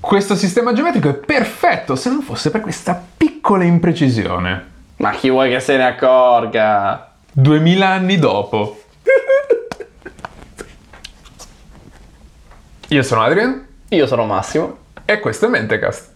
Questo sistema geometrico è perfetto se non fosse per questa piccola imprecisione. Ma chi vuoi che se ne accorga? 2000 anni dopo. Io sono Adrian. Io sono Massimo. E questo è Mentecast.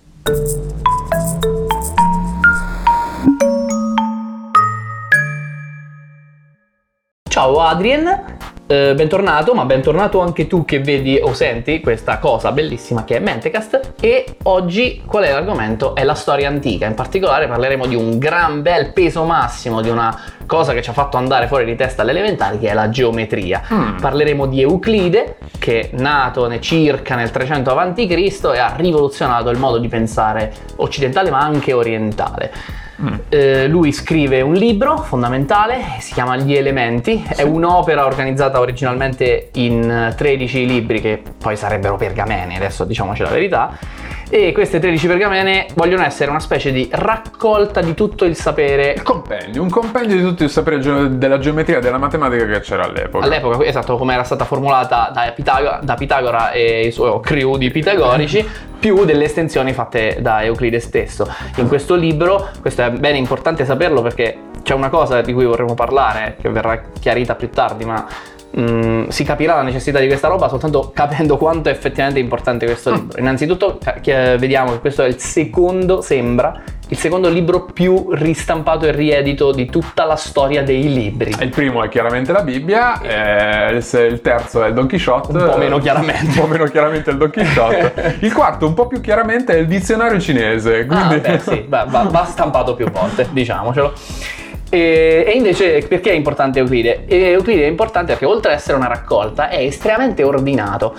Ciao Adrian, bentornato, ma bentornato anche tu che vedi o senti questa cosa bellissima che è Mentecast. E oggi qual è l'argomento? È la storia antica. In particolare parleremo di un gran bel peso massimo, di una cosa che ci ha fatto andare fuori di testa alle elementari, che è la geometria. Parleremo di Euclide, che è nato circa nel 300 a.C. e ha rivoluzionato il modo di pensare occidentale ma anche orientale. Lui scrive un libro fondamentale, si chiama Gli Elementi. È un'opera organizzata originalmente in 13 libri che poi sarebbero pergamene, adesso diciamoci la verità. E queste 13 pergamene vogliono essere una specie di raccolta di tutto il sapere. Un compendio di tutto il sapere della geometria e della matematica che c'era all'epoca. All'epoca, esatto, come era stata formulata da Pitagora e il suo crew di pitagorici, più delle estensioni fatte da Euclide stesso. In questo libro, questo è bene importante saperlo perché c'è una cosa di cui vorremmo parlare, che verrà chiarita più tardi, ma si capirà la necessità di questa roba soltanto capendo quanto è effettivamente importante questo libro. Innanzitutto vediamo che questo è il secondo libro più ristampato e riedito di tutta la storia dei libri. Il primo è chiaramente la Bibbia, il terzo è il Don Chisciotte. Un po' meno chiaramente il Don Chisciotte. Il quarto un po' più chiaramente è il dizionario cinese. Quindi... sì, va stampato più volte, diciamocelo. E invece perché è importante Euclide? Euclide è importante perché oltre ad essere una raccolta è estremamente ordinato,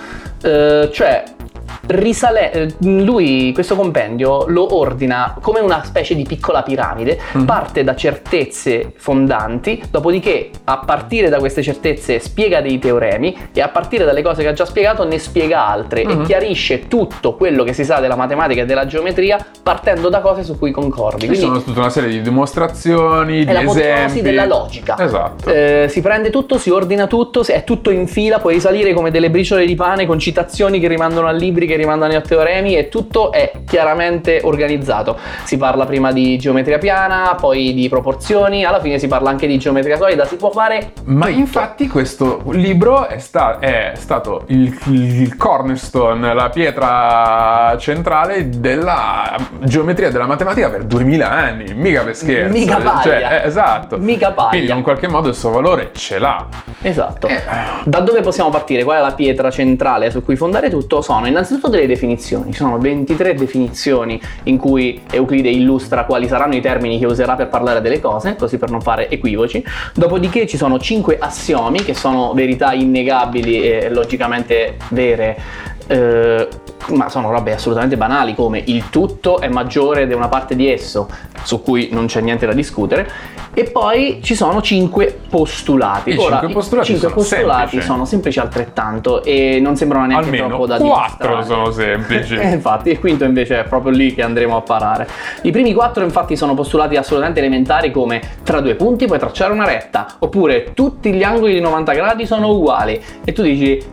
lui questo compendio lo ordina come una specie di piccola piramide, parte da certezze fondanti, dopodiché a partire da queste certezze spiega dei teoremi e a partire dalle cose che ha già spiegato ne spiega altre e chiarisce tutto quello che si sa della matematica e della geometria partendo da cose su cui concordi. Quindi sono tutta una serie di dimostrazioni, di esempi della logica. Esatto. Si prende tutto, si ordina tutto, è tutto in fila, puoi risalire come delle briciole di pane con citazioni che rimandano a libri, che rimandano a teoremi, e tutto è chiaramente organizzato. Si parla prima di geometria piana, poi di proporzioni, alla fine si parla anche di geometria solida, si può fare ma tutto. Infatti questo libro è stato il cornerstone, la pietra centrale della geometria e della matematica per 2000 anni, mica per scherzo. Mica paglia. Esatto. Mica paglia. Quindi in qualche modo il suo valore ce l'ha. Esatto. Da dove possiamo partire? Qual è la pietra centrale su cui fondare tutto? Sono innanzitutto delle definizioni. Ci sono 23 definizioni in cui Euclide illustra quali saranno i termini che userà per parlare delle cose, così per non fare equivoci. Dopodiché ci sono 5 assiomi, che sono verità innegabili e logicamente vere, ma sono robe assolutamente banali, come il tutto è maggiore di una parte di esso, su cui non c'è niente da discutere. E poi ci sono 5 postulati. I 5 postulati sono semplici altrettanto e non sembrano neanche almeno troppo da 4 sono semplici. Infatti, il quinto invece è proprio lì che andremo a parare. I primi 4 infatti sono postulati assolutamente elementari, come tra due punti puoi tracciare una retta, oppure tutti gli angoli di 90 gradi sono uguali. E tu dici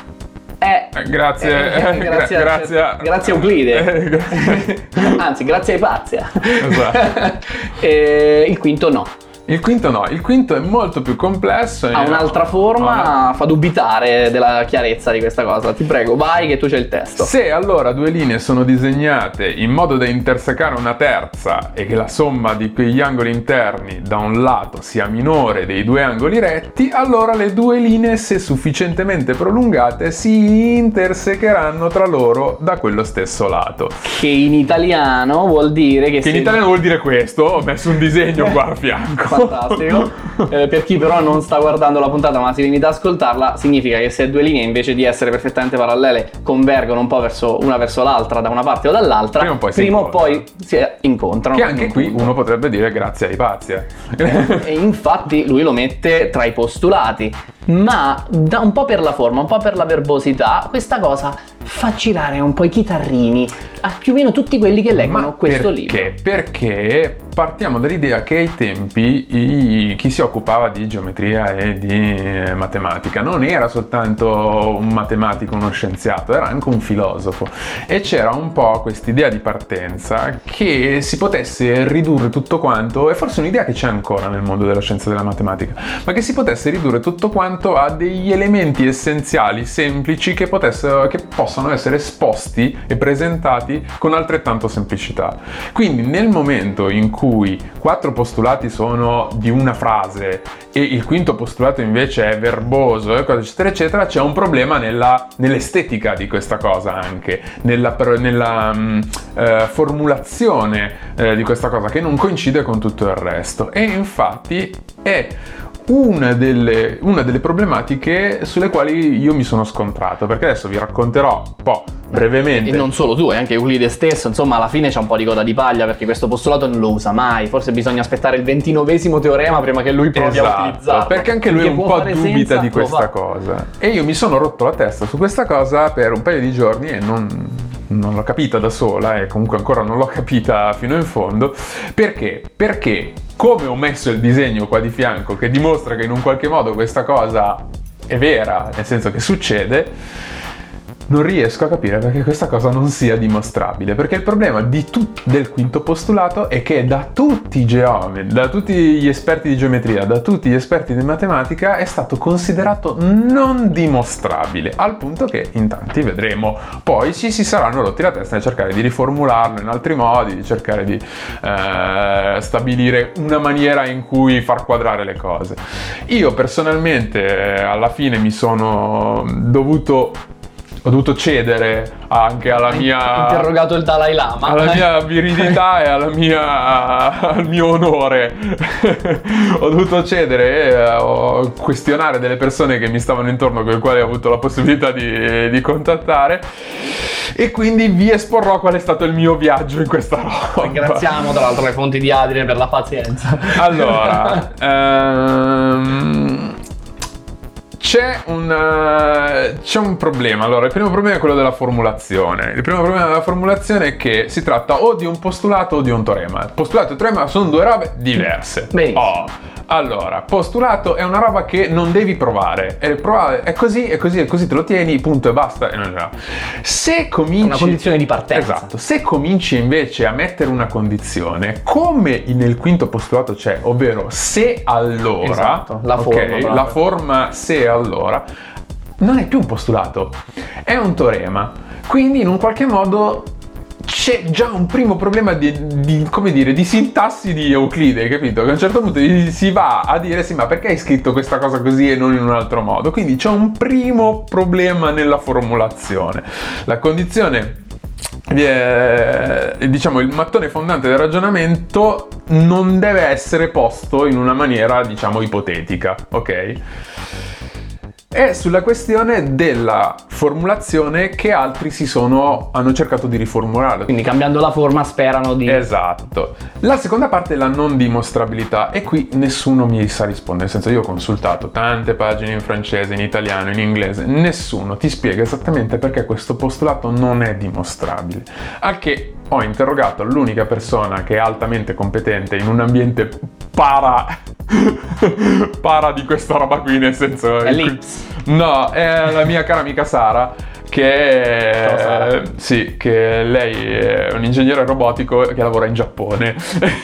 grazie Euclide. Anzi, grazie a Ipazia. Esatto. Il quinto no. Il quinto no, il quinto è molto più complesso. Ha un'altra forma, fa dubitare della chiarezza di questa cosa. Ti prego, vai che tu c'hai il testo. Se allora due linee sono disegnate in modo da intersecare una terza e che la somma di quegli angoli interni da un lato sia minore dei due angoli retti, allora le due linee, se sufficientemente prolungate, si intersecheranno tra loro da quello stesso lato. Che in italiano vuol dire che in italiano vuol dire questo. Ho messo un disegno qua a fianco. Fantastico. Per chi però non sta guardando la puntata ma si limita ad ascoltarla, significa che se due linee invece di essere perfettamente parallele convergono un po' una verso l'altra, da una parte o dall'altra, prima o poi si incontrano. Che anche qui uno potrebbe dire grazie a Ipazia. E infatti lui lo mette tra i postulati, ma un po' per la forma, un po' per la verbosità, questa cosa fa girare un po' i chitarrini a più o meno tutti quelli che leggono questo libro. Perché partiamo dall'idea che ai tempi chi si occupava di geometria e di matematica non era soltanto un matematico, uno scienziato, era anche un filosofo, e c'era un po' quest'idea di partenza che si potesse ridurre tutto quanto, e forse un'idea che c'è ancora nel mondo della scienza e della matematica, ma che si potesse ridurre tutto quanto a degli elementi essenziali, semplici, che possano essere esposti e presentati con altrettanto semplicità. Quindi nel momento in cui 4 postulati sono di una frase e il quinto postulato invece è verboso, eccetera eccetera, c'è un problema nell'estetica di questa cosa, anche nella formulazione di questa cosa, che non coincide con tutto il resto, e infatti è una delle problematiche sulle quali io mi sono scontrato, perché adesso vi racconterò un po' brevemente. E non solo tu, anche Euclide stesso, insomma, alla fine c'è un po' di coda di paglia, perché questo postulato non lo usa mai. Forse bisogna aspettare il 29esimo teorema prima che lui provi a utilizzarlo, perché anche lui un po' dubita di questa cosa, e io mi sono rotto la testa su questa cosa per un paio di giorni e non l'ho capita da sola, e comunque ancora non l'ho capita fino in fondo. Perché come ho messo il disegno qua di fianco che dimostra che in un qualche modo questa cosa è vera, nel senso che succede, non riesco a capire perché questa cosa non sia dimostrabile, perché il problema del quinto postulato è che da tutti i geometri, da tutti gli esperti di geometria, da tutti gli esperti di matematica è stato considerato non dimostrabile, al punto che in tanti, vedremo, poi si saranno rotti la testa nel cercare di riformularlo in altri modi, di cercare di stabilire una maniera in cui far quadrare le cose. Io personalmente alla fine ho dovuto cedere anche alla mia... interrogato il Dalai Lama. Alla mia virilità e al mio onore. Ho dovuto cedere e questionare delle persone che mi stavano intorno, con le quali ho avuto la possibilità di contattare, e quindi vi esporrò qual è stato il mio viaggio in questa roba. Ringraziamo tra l'altro le fonti di Adrien per la pazienza. Allora, c'è un problema. Allora, il primo problema è quello della formulazione. Il primo problema della formulazione è che si tratta o di un postulato o di un teorema. Postulato e teorema sono due robe diverse. Benissimo. Allora, postulato è una roba che non devi provare. È così, te lo tieni, punto e basta. E non c'è. Se cominci... una condizione di partenza. Esatto. Se cominci invece a mettere una condizione, come nel quinto postulato c'è, ovvero se allora... Esatto, la forma. La forma se allora, non è più un postulato, è un teorema. Quindi in un qualche modo c'è già un primo problema di sintassi di Euclide, capito? Che a un certo punto si va a dire sì, ma perché hai scritto questa cosa così e non in un altro modo? Quindi c'è un primo problema nella formulazione. La condizione, diciamo, il mattone fondante del ragionamento non deve essere posto in una maniera, diciamo, ipotetica, ok? È sulla questione della formulazione che altri hanno cercato di riformulare. Quindi cambiando la forma sperano di... Esatto. La seconda parte è la non dimostrabilità, e qui nessuno mi sa rispondere, nel senso, io ho consultato tante pagine in francese, in italiano, in inglese, nessuno ti spiega esattamente perché questo postulato non è dimostrabile. Al che ho interrogato l'unica persona che è altamente competente in un ambiente para di questa roba qui, nel senso... È l'Ips. No, è la mia cara amica Sara, che lei è un ingegnere robotico che lavora in Giappone.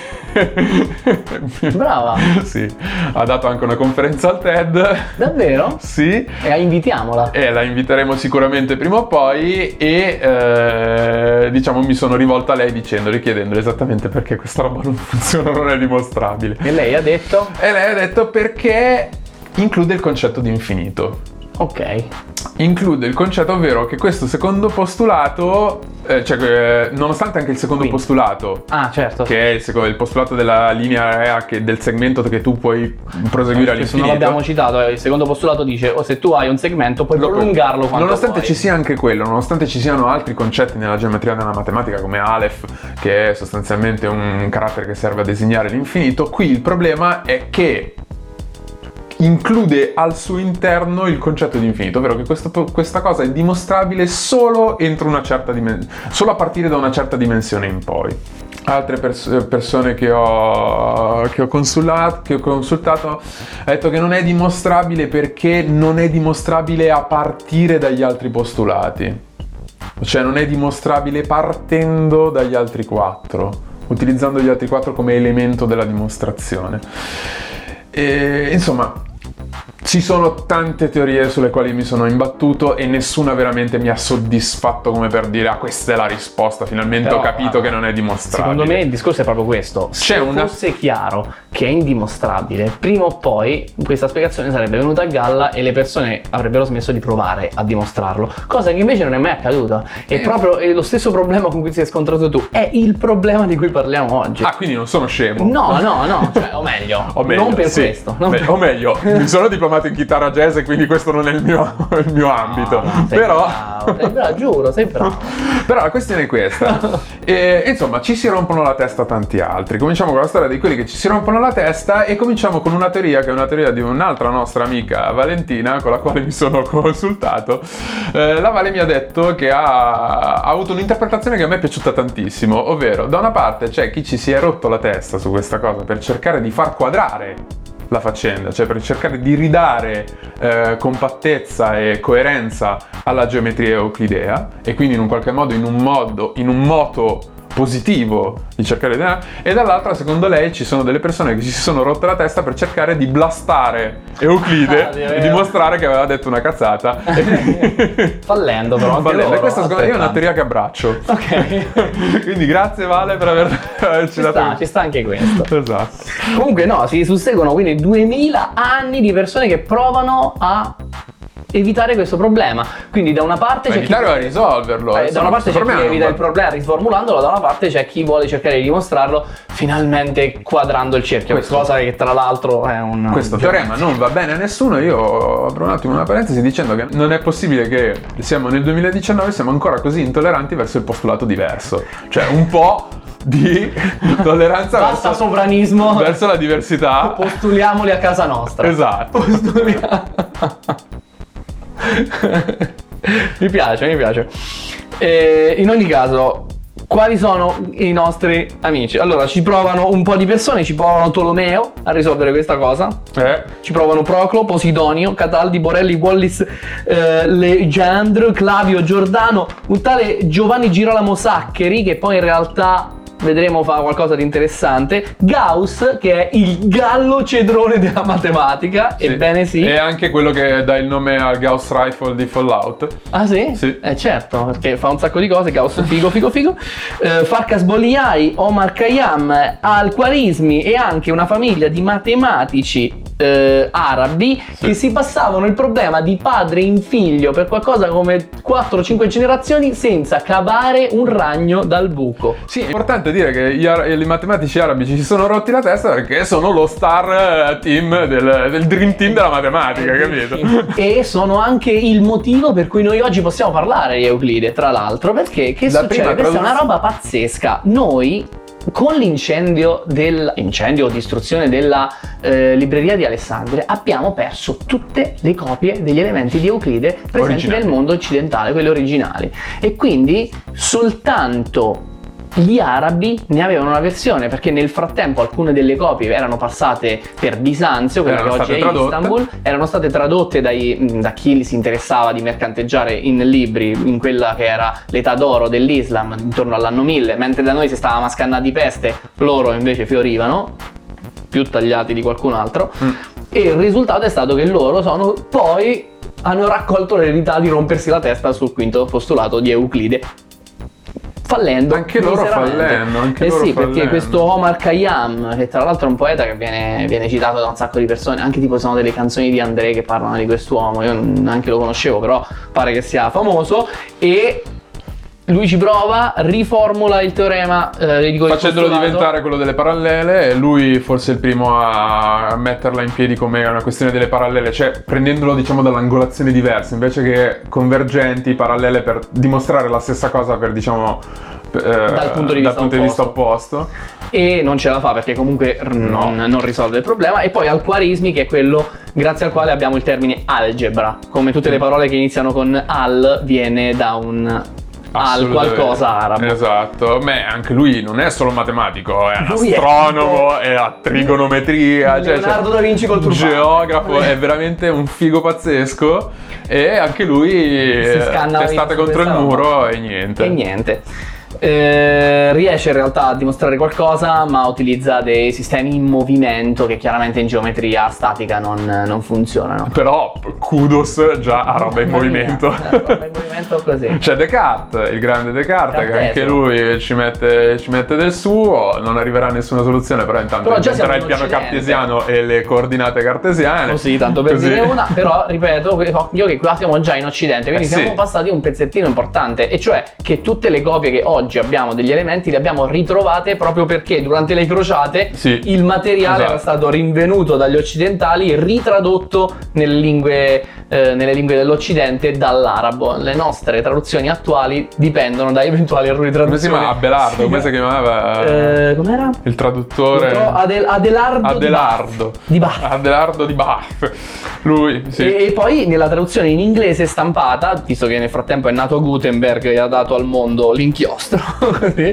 Brava. Sì, ha dato anche una conferenza al TED. Davvero? Sì. E invitiamola. La inviteremo sicuramente prima o poi, e diciamo mi sono rivolta a lei chiedendole esattamente perché questa roba non funziona, non è dimostrabile. E lei ha detto? E lei ha detto perché include il concetto di infinito. Ok. Include il concetto, ovvero che questo secondo postulato, nonostante anche il secondo postulato, certo, che è il postulato della linea area, del segmento che tu puoi proseguire all'infinito. Non l'abbiamo citato, il secondo postulato dice se tu hai un segmento puoi prolungarlo quanto nonostante vuoi. Ci sia anche quello, nonostante ci siano altri concetti nella geometria e nella matematica come Aleph, che è sostanzialmente un carattere che serve a disegnare l'infinito, qui il problema è che include al suo interno il concetto di infinito, ovvero che questa cosa è dimostrabile solo entro una certa solo a partire da una certa dimensione in poi. altre persone che ho consultato ha detto che non è dimostrabile perché non è dimostrabile a partire dagli altri postulati, cioè non è dimostrabile partendo dagli altri 4, utilizzando gli altri 4 come elemento della dimostrazione. E, insomma, ci sono tante teorie sulle quali mi sono imbattuto e nessuna veramente mi ha soddisfatto come per dire questa è la risposta, finalmente Però, ho capito che non è dimostrabile. Secondo me il discorso è proprio questo: se fosse chiaro che è indimostrabile, prima o poi questa spiegazione sarebbe venuta a galla e le persone avrebbero smesso di provare a dimostrarlo, cosa che invece non è mai accaduta. È proprio lo stesso problema con cui ti sei scontrato tu, è il problema di cui parliamo oggi. Quindi non sono scemo. No, cioè, o meglio, non per sì. questo. O meglio, mi sono diplomato in chitarra jazz e quindi questo non è il mio ambito. Però sei bravo, giuro, sei bravo. Però la questione è questa. Insomma, ci si rompono la testa tanti altri. Cominciamo con la storia di quelli che ci si rompono la testa e cominciamo con una teoria che è una teoria di un'altra nostra amica Valentina, con la quale mi sono consultato. La Vale mi ha detto che ha avuto un'interpretazione che a me è piaciuta tantissimo, ovvero da una parte c'è chi ci si è rotto la testa su questa cosa per cercare di far quadrare la faccenda, cioè per cercare di ridare compattezza e coerenza alla geometria euclidea e quindi in un qualche modo in un moto positivo di cercare di... E dall'altra, secondo lei, ci sono delle persone che si sono rotte la testa per cercare di blastare Euclide e dimostrare che aveva detto una cazzata. Fallendo però. Fallendo. E questa secondo me è una teoria che abbraccio. Ok. Quindi grazie Vale per averci dato... Ci sta anche questo. Esatto. Comunque no, si susseguono quindi 2000 anni di persone che provano a evitare questo problema. Quindi da una parte c'è evitare o a risolverlo. Da una parte c'è chi evita il problema riformulandolo, da una parte c'è chi vuole cercare di dimostrarlo finalmente quadrando il cerchio. Questa cosa che tra l'altro è questo teorema non va bene a nessuno. Io apro un attimo una parentesi dicendo che non è possibile che siamo nel 2019 e siamo ancora così intolleranti verso il postulato diverso. Cioè un po' di tolleranza basta sovranismo verso la diversità. Postuliamoli a casa nostra. Esatto. Mi piace. In ogni caso, quali sono i nostri amici? Allora, ci provano un po' di persone, ci provano Tolomeo a risolvere questa cosa. Ci provano Proclo, Posidonio, Cataldi, Borelli, Wallis, Legendro, Clavio, Giordano, un tale Giovanni Girolamo Saccheri, che poi in realtà vedremo fa qualcosa di interessante. Gauss, che è il gallo cedrone della matematica. Sì. Ebbene sì. E anche quello che dà il nome al Gauss Rifle di Fallout. Ah sì? Sì. Certo, perché fa un sacco di cose. Gauss figo. Farkas Bolyai, Omar Khayyam, Al-Khwarizmi e anche una famiglia di matematici arabi, sì, che si passavano il problema di padre in figlio per qualcosa come 4-5 generazioni senza cavare un ragno dal buco. Sì, è importante dire che i matematici arabi ci sono rotti la testa perché sono lo star team del dream team della matematica, capito? E sono anche il motivo per cui noi oggi possiamo parlare di Euclide, tra l'altro, perché che succede? Questa è una roba pazzesca. Noi, con l'incendio o distruzione della libreria di Alessandria, abbiamo perso tutte le copie degli elementi di Euclide presenti nel mondo occidentale, quelle originali, e quindi soltanto gli arabi ne avevano una versione, perché nel frattempo alcune delle copie erano passate per Bisanzio, quella che oggi è Istanbul, erano state tradotte da chi si interessava di mercanteggiare in libri in quella che era l'età d'oro dell'Islam intorno all'anno 1000, mentre da noi si stava mascannando di peste, loro invece fiorivano più tagliati di qualcun altro. E il risultato è stato che loro hanno raccolto l'eredità di rompersi la testa sul quinto postulato di Euclide, fallendo anche loro fallendo. Perché questo Omar Khayyam, che tra l'altro è un poeta che viene citato da un sacco di persone, anche tipo sono delle canzoni di André che parlano di quest'uomo, io neanche lo conoscevo, però pare che sia famoso, e lui ci prova, riformula il teorema, facendolo diventare quello delle parallele, e lui forse è il primo a metterla in piedi come una questione delle parallele, cioè prendendolo diciamo dall'angolazione diversa, invece che convergenti, parallele, per dimostrare la stessa cosa per diciamo dal punto di vista opposto. E non ce la fa perché comunque non risolve il problema. E poi Al-Khwarizmi, che è quello grazie al quale abbiamo il termine algebra. Come tutte le parole che iniziano con al, viene da un al qualcosa arabo. Esatto. Beh, anche lui non è solo matematico, è un Lui astronomo, è a trigonometria, Leonardo da Vinci col turbante. geografo, è veramente un figo pazzesco, e anche lui testate contro il muro e niente. Riesce in realtà a dimostrare qualcosa, ma utilizza dei sistemi in movimento che chiaramente in geometria statica non funzionano. Però kudos già a roba in movimento. Roba in movimento così. C'è Descartes, il grande Descartes, che anche Cartesio. lui ci mette del suo, non arriverà a nessuna soluzione, però intanto Però già siamo inventerà in il piano Occidente. cartesiano e le coordinate cartesiane. Così, tanto per dire una, però ripeto, occhio che qua siamo già in Occidente, quindi Sì. siamo passati un pezzettino importante, e cioè che tutte le copie che oggi abbiamo degli elementi le abbiamo ritrovate proprio perché durante le crociate Sì. il materiale era stato rinvenuto dagli occidentali e ritradotto nelle lingue dell'Occidente dall'arabo. Le nostre traduzioni attuali dipendono da eventuali errori di Come si traduzione. chiama? Abelardo, come si chiamava? Com'era? Il traduttore Adelardo di Bath. Adelardo di Bath. Lui, sì. E poi nella traduzione in inglese stampata, visto che nel frattempo è nato Gutenberg e ha dato al mondo l'inchiostro, così,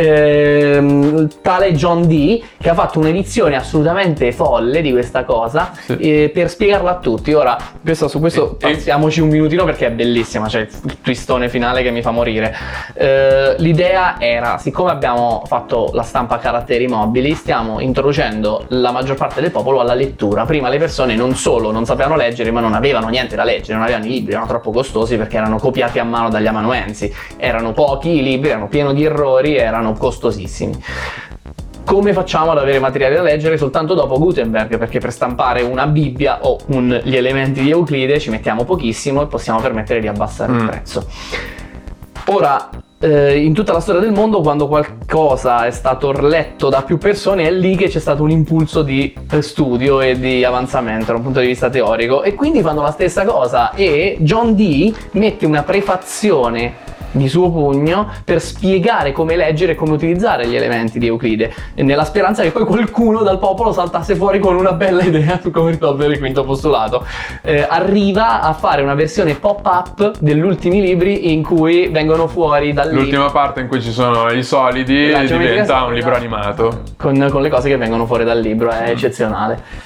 tale John Dee, che ha fatto un'edizione assolutamente folle di questa cosa, Sì. per spiegarla a tutti. Ora, su questo passiamoci un minutino perché è bellissima, cioè il twistone finale che mi fa morire. L'idea era, siccome abbiamo fatto la stampa a caratteri mobili, stiamo introducendo la maggior parte del popolo alla lettura. Prima le persone non solo non sapevano leggere, ma non avevano niente da leggere, non avevano i libri, erano troppo costosi perché erano copiati a mano dagli amanuensi, erano pochi i libri, erano pieni di errori, erano costosissimi. Come facciamo ad avere materiale da leggere soltanto dopo Gutenberg? Perché per stampare una Bibbia o gli elementi di Euclide ci mettiamo pochissimo e possiamo permettere di abbassare il prezzo. Ora, in tutta la storia del mondo, quando qualcosa è stato letto da più persone, è lì che c'è stato un impulso di studio e di avanzamento da un punto di vista teorico, e quindi fanno la stessa cosa, e John Dee mette una prefazione di suo pugno per spiegare come leggere e come utilizzare gli elementi di Euclide, nella speranza che poi qualcuno dal popolo saltasse fuori con una bella idea su come risolvere il quinto postulato. Arriva a fare una versione pop-up degli ultimi libri in cui vengono fuori dal L'ultima parte in cui ci sono i solidi La geometria diventa un sacra. libro animato. con le cose che vengono fuori dal libro, è eccezionale.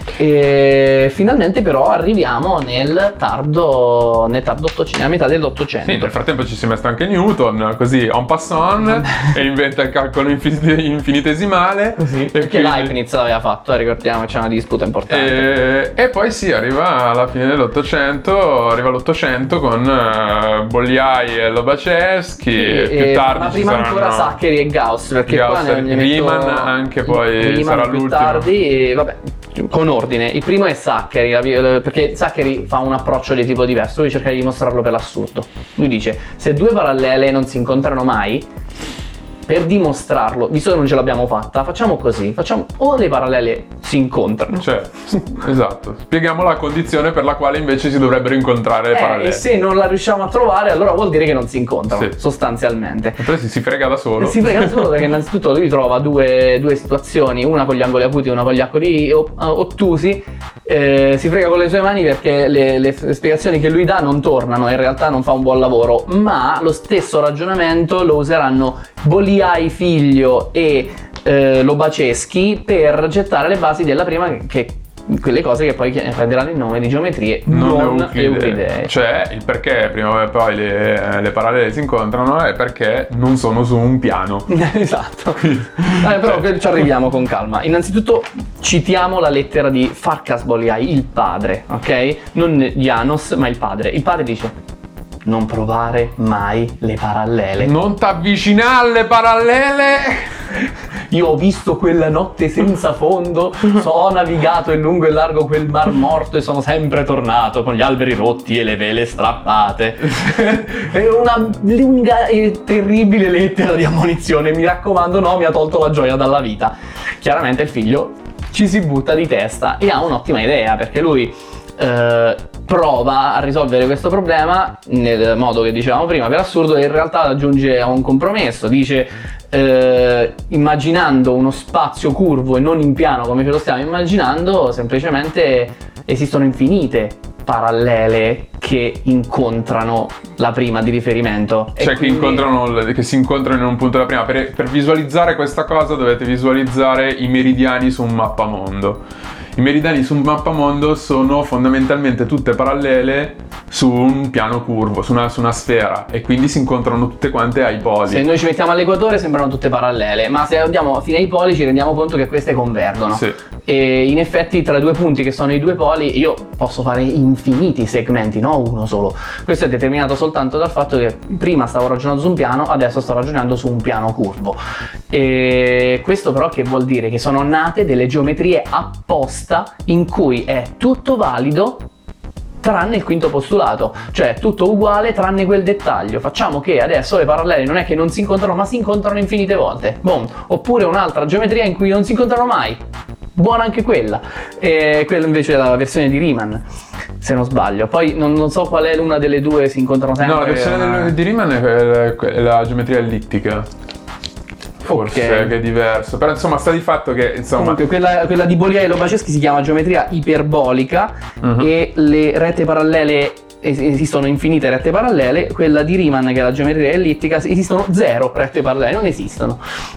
E finalmente però arriviamo nel tardo Ottocento, a metà dell'Ottocento. Sì, nel frattempo ci si è messo anche Newton, così en passant, e inventa il calcolo infinitesimale. Così, E perché quindi- Leibniz l'aveva fatto, ricordiamo, c'è una disputa importante. E poi sì, arriva alla fine dell'Ottocento, arriva l'Ottocento con Bolyai e Lobachevsky, più tardi ma ci prima saranno ancora Saccheri e Gauss, perché Gauss qua e ne Riemann, metto anche poi Riemann sarà più l'ultimo. tardi, e vabbè, con ordine. Il primo è Saccheri, perché Saccheri fa un approccio di tipo diverso, lui cerca di dimostrarlo per l'assurdo. Lui dice: se due parallele non si incontrano mai, per dimostrarlo, visto che non ce l'abbiamo fatta, facciamo così, o le parallele si incontrano, Cioè, esatto, spieghiamo la condizione per la quale invece si dovrebbero incontrare le parallele. e se non la riusciamo a trovare, allora vuol dire che non si incontrano, Sì. sostanzialmente. E poi si frega da solo. Si frega solo perché innanzitutto lui trova due situazioni, una con gli angoli acuti e una con gli angoli ottusi. Si frega con le sue mani perché le spiegazioni che lui dà non tornano, in realtà non fa un buon lavoro, ma lo stesso ragionamento lo useranno Bolyai figlio e Lobachevsky per gettare le basi della prima, che quelle cose che poi prenderanno il nome di geometrie non euclidee. Cioè, il perché prima o poi le parallele si incontrano è perché non sono su un piano. Esatto. Però ci arriviamo con calma. Innanzitutto citiamo la lettera di Farkas Bolyai, il padre, ok? Non Janos, ma il padre. Il padre dice: non provare mai le parallele. Non t'avvicinare alle parallele! Io ho visto quella notte senza fondo, ho navigato in lungo e largo quel mar morto e sono sempre tornato con gli alberi rotti e le vele strappate. È una lunga e terribile lettera di ammonizione, mi raccomando, no, mi ha tolto la gioia dalla vita. Chiaramente il figlio ci si butta di testa e ha un'ottima idea, perché lui prova a risolvere questo problema nel modo che dicevamo prima, per assurdo, e in realtà giunge a un compromesso. Dice: immaginando uno spazio curvo e non in piano come ce lo stiamo immaginando, semplicemente esistono infinite parallele che incontrano la prima di riferimento. Cioè che si incontrano in un punto della prima. Per visualizzare questa cosa dovete visualizzare i meridiani su un mappamondo. I meridiani su un mappamondo sono fondamentalmente tutte parallele su un piano curvo, su una sfera, e quindi si incontrano tutte quante ai poli. Se noi ci mettiamo all'equatore sembrano tutte parallele, ma se andiamo fino ai poli ci rendiamo conto che queste convergono. Sì. E in effetti tra due punti che sono i due poli io posso fare infiniti segmenti, no uno solo. Questo è determinato soltanto dal fatto che prima stavo ragionando su un piano, adesso sto ragionando su un piano curvo. E questo però che vuol dire? Che sono nate delle geometrie apposta in cui è tutto valido tranne il quinto postulato, cioè tutto uguale tranne quel dettaglio. Facciamo che adesso le parallele non è che non si incontrano, ma si incontrano infinite volte. Boom. Oppure un'altra geometria in cui non si incontrano mai. Buona anche quella. E quella invece è la versione di Riemann, se non sbaglio. Poi non so qual è una delle due, si incontrano sempre. No, la versione di Riemann è la geometria ellittica. Forse Okay. che è diverso, però insomma sta di fatto che insomma Comunque quella di Bolia e Lobachevsky si chiama geometria iperbolica e le rette parallele esistono infinite rette parallele. Quella di Riemann, che è la geometria ellittica, esistono 0 rette parallele, non esistono.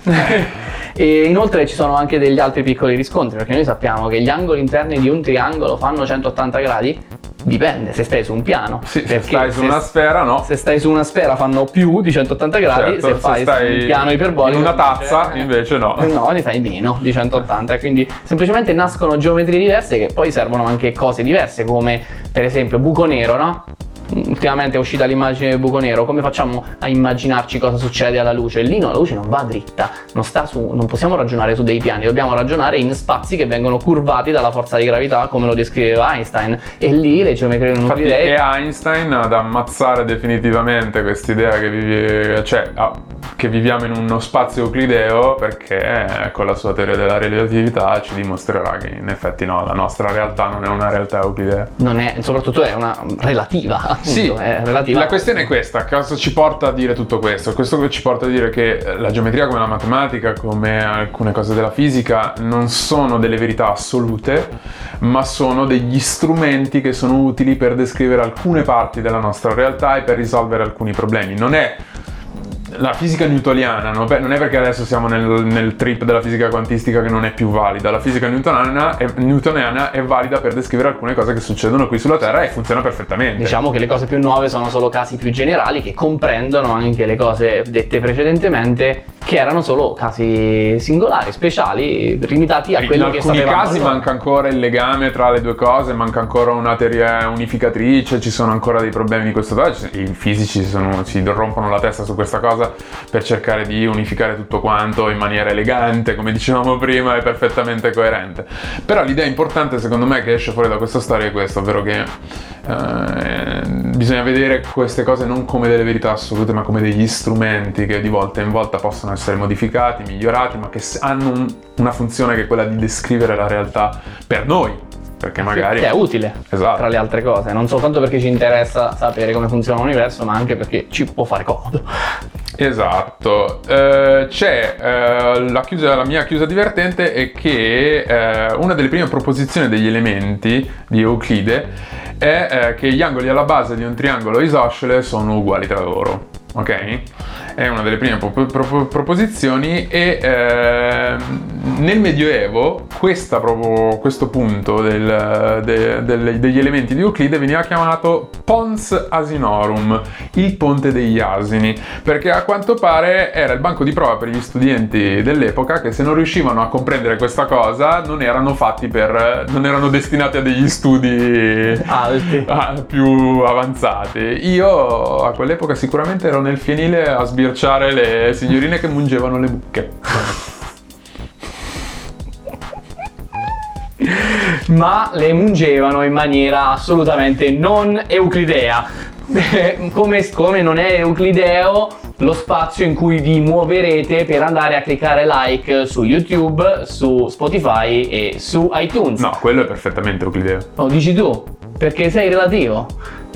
E inoltre ci sono anche degli altri piccoli riscontri, perché noi sappiamo che gli angoli interni di un triangolo fanno 180 gradi. Dipende, se stai su un piano. sì, se stai su una sfera, no? Se stai su una sfera fanno più di 180 gradi, Certo, se fai stai su un piano iperbolico in una tazza invece no. No, ne fai meno di 180, quindi semplicemente nascono geometrie diverse che poi servono anche cose diverse, come per esempio buco nero, no? Ultimamente è uscita l'immagine del buco nero. Come facciamo a immaginarci cosa succede alla luce? Lì no, la luce non va dritta, non possiamo ragionare su dei piani, dobbiamo ragionare in spazi che vengono curvati dalla forza di gravità, come lo descriveva Einstein, e lì le geometrie non Infatti è Einstein ad ammazzare definitivamente quest'idea che viviamo in uno spazio euclideo, perché con la sua teoria della relatività ci dimostrerà che in effetti no, la nostra realtà non è una realtà euclidea. Non è, soprattutto è una relativa, appunto, Sì, è relativa. La questione è questa: cosa ci porta a dire tutto questo? Questo ci porta a dire che la geometria, come la matematica, come alcune cose della fisica, non sono delle verità assolute, ma sono degli strumenti che sono utili per descrivere alcune parti della nostra realtà e per risolvere alcuni problemi. Non è la fisica newtoniana, non è perché adesso siamo nel trip della fisica quantistica che non è più valida. La fisica newtoniana è valida per descrivere alcune cose che succedono qui sulla Terra e funziona perfettamente. Diciamo che le cose più nuove sono solo casi più generali che comprendono anche le cose dette precedentemente, che erano solo casi singolari, speciali, limitati a quello che sapevamo. In alcuni casi manca ancora il legame tra le due cose, manca ancora una teoria unificatrice, ci sono ancora dei problemi di questo tipo. I fisici si rompono la testa su questa cosa per cercare di unificare tutto quanto in maniera elegante, come dicevamo prima, e perfettamente coerente. Però l'idea importante, secondo me, che esce fuori da questa storia è questa, ovvero che bisogna vedere queste cose non come delle verità assolute, ma come degli strumenti che di volta in volta possono essere modificati, migliorati, ma che hanno una funzione che è quella di descrivere la realtà per noi. Perché magari che è utile, esatto, tra le altre cose, non soltanto perché ci interessa sapere come funziona l'universo, ma anche perché ci può fare comodo. Esatto. C'è la mia chiusa divertente è che una delle prime proposizioni degli elementi di Euclide è che gli angoli alla base di un triangolo isoscele sono uguali tra loro. Ok? È una delle prime proposizioni e nel Medioevo questo punto degli elementi di Euclide veniva chiamato Pons Asinorum, il ponte degli asini, perché a quanto pare era il banco di prova per gli studenti dell'epoca che, se non riuscivano a comprendere questa cosa, non erano destinati a degli studi alti, più avanzati. Io a quell'epoca sicuramente ero nel fienile a sbirciare le signorine che mungevano le mucche. Ma le mungevano in maniera assolutamente non euclidea. Come non è euclideo lo spazio in cui vi muoverete per andare a cliccare like su YouTube, su Spotify e su iTunes. No, quello è perfettamente euclideo. Lo dici tu, perché sei relativo.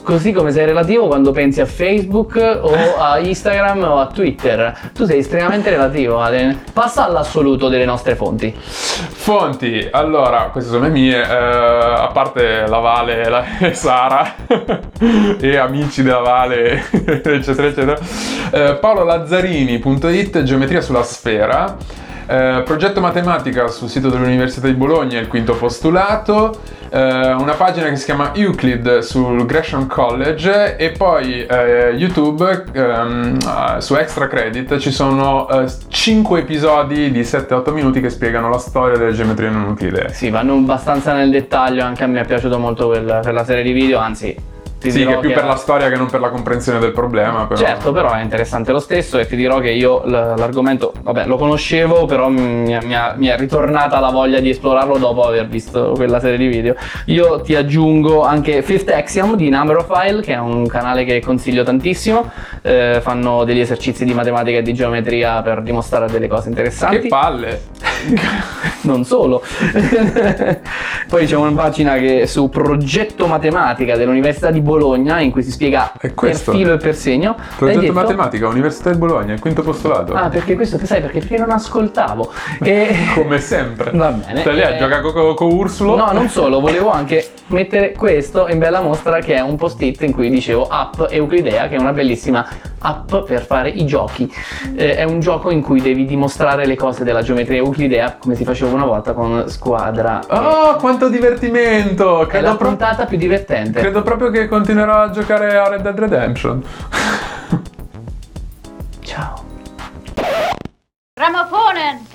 così come sei relativo quando pensi a Facebook o a Instagram o a Twitter. Tu sei estremamente relativo, Adrian. Passa all'assoluto delle nostre fonti. Fonti, allora, queste sono le mie, a parte la Vale e Sara e amici della Vale, eccetera, eccetera. paololazzarini.it, geometria sulla sfera. Progetto matematica sul sito dell'Università di Bologna, il quinto postulato, una pagina che si chiama Euclid sul Gresham College e poi YouTube su Extra Credit ci sono 5 episodi di 7-8 minuti che spiegano la storia delle geometrie non euclidee. Sì, vanno abbastanza nel dettaglio, anche a me è piaciuto molto quella serie di video, anzi... Sì, che è più per la storia che non per la comprensione del problema. Però. Certo, però è interessante lo stesso e ti dirò che io l'argomento, vabbè, lo conoscevo, però mi è ritornata la voglia di esplorarlo dopo aver visto quella serie di video. Io ti aggiungo anche Fifth Axiom di Numberophile, che è un canale che consiglio tantissimo. Fanno degli esercizi di matematica e di geometria per dimostrare delle cose interessanti. Che palle! Non solo. Poi c'è una pagina che su progetto matematica dell'Università di Bologna in cui si spiega per filo e per segno. Progetto matematica, Università di Bologna, il quinto postulato. Ah, perché questo sai perché non ascoltavo. Come sempre. Va bene. Stai lì a giocare con Ursulo. No, non solo, volevo anche mettere questo in bella mostra, che è un post-it in cui dicevo app Euclidea, che è una bellissima app per fare i giochi. È un gioco in cui devi dimostrare le cose della geometria euclidea come si faceva una volta con squadra. Oh, quanto divertimento! È la puntata più divertente. Credo proprio che continuerò a giocare a Red Dead Redemption. Ciao. Grammofonen!